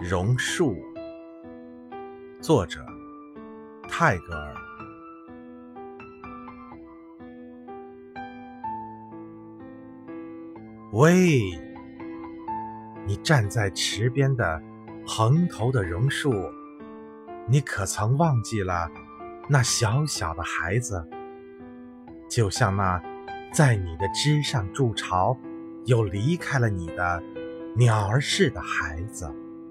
榕树，作者泰戈尔。喂，你站在池边的蓬头的榕树，你可曾忘记了那小小的孩子？就像那在你的枝上筑巢又离开了你的鸟儿似的孩子。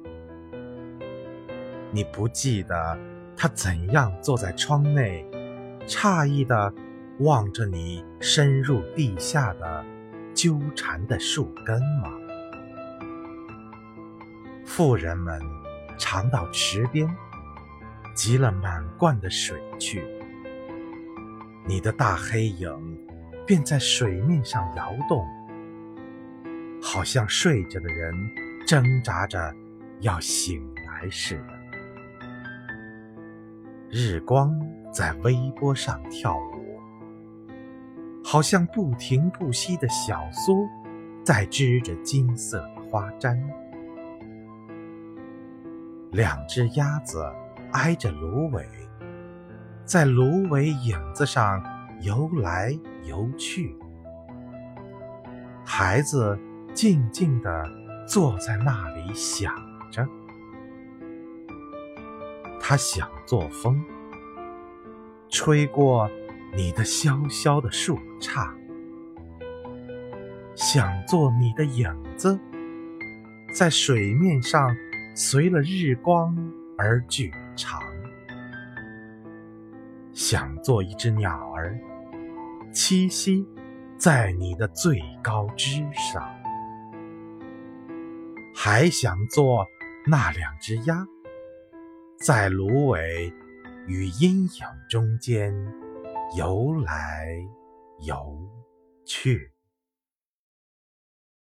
你不记得他怎样坐在窗内，诧异地望着你深入地下的纠缠的树根吗？妇人们常到池边，汲了满罐的水去，你的大黑影便在水面上摇动，好像睡着的人挣扎着要醒来似的。日光在微波上跳舞，好像不停不息的小梭在织着金色的花毡。两只鸭子挨着芦苇，在芦苇影子上游来游去。孩子静静地坐在那里想着，他想做风，吹过你的萧萧的树杈，想做你的影子，在水面上随了日光而聚长，想做一只鸟儿，栖息在你的最高枝上，还想做那两只鸭，在芦苇与阴影中间游来游去。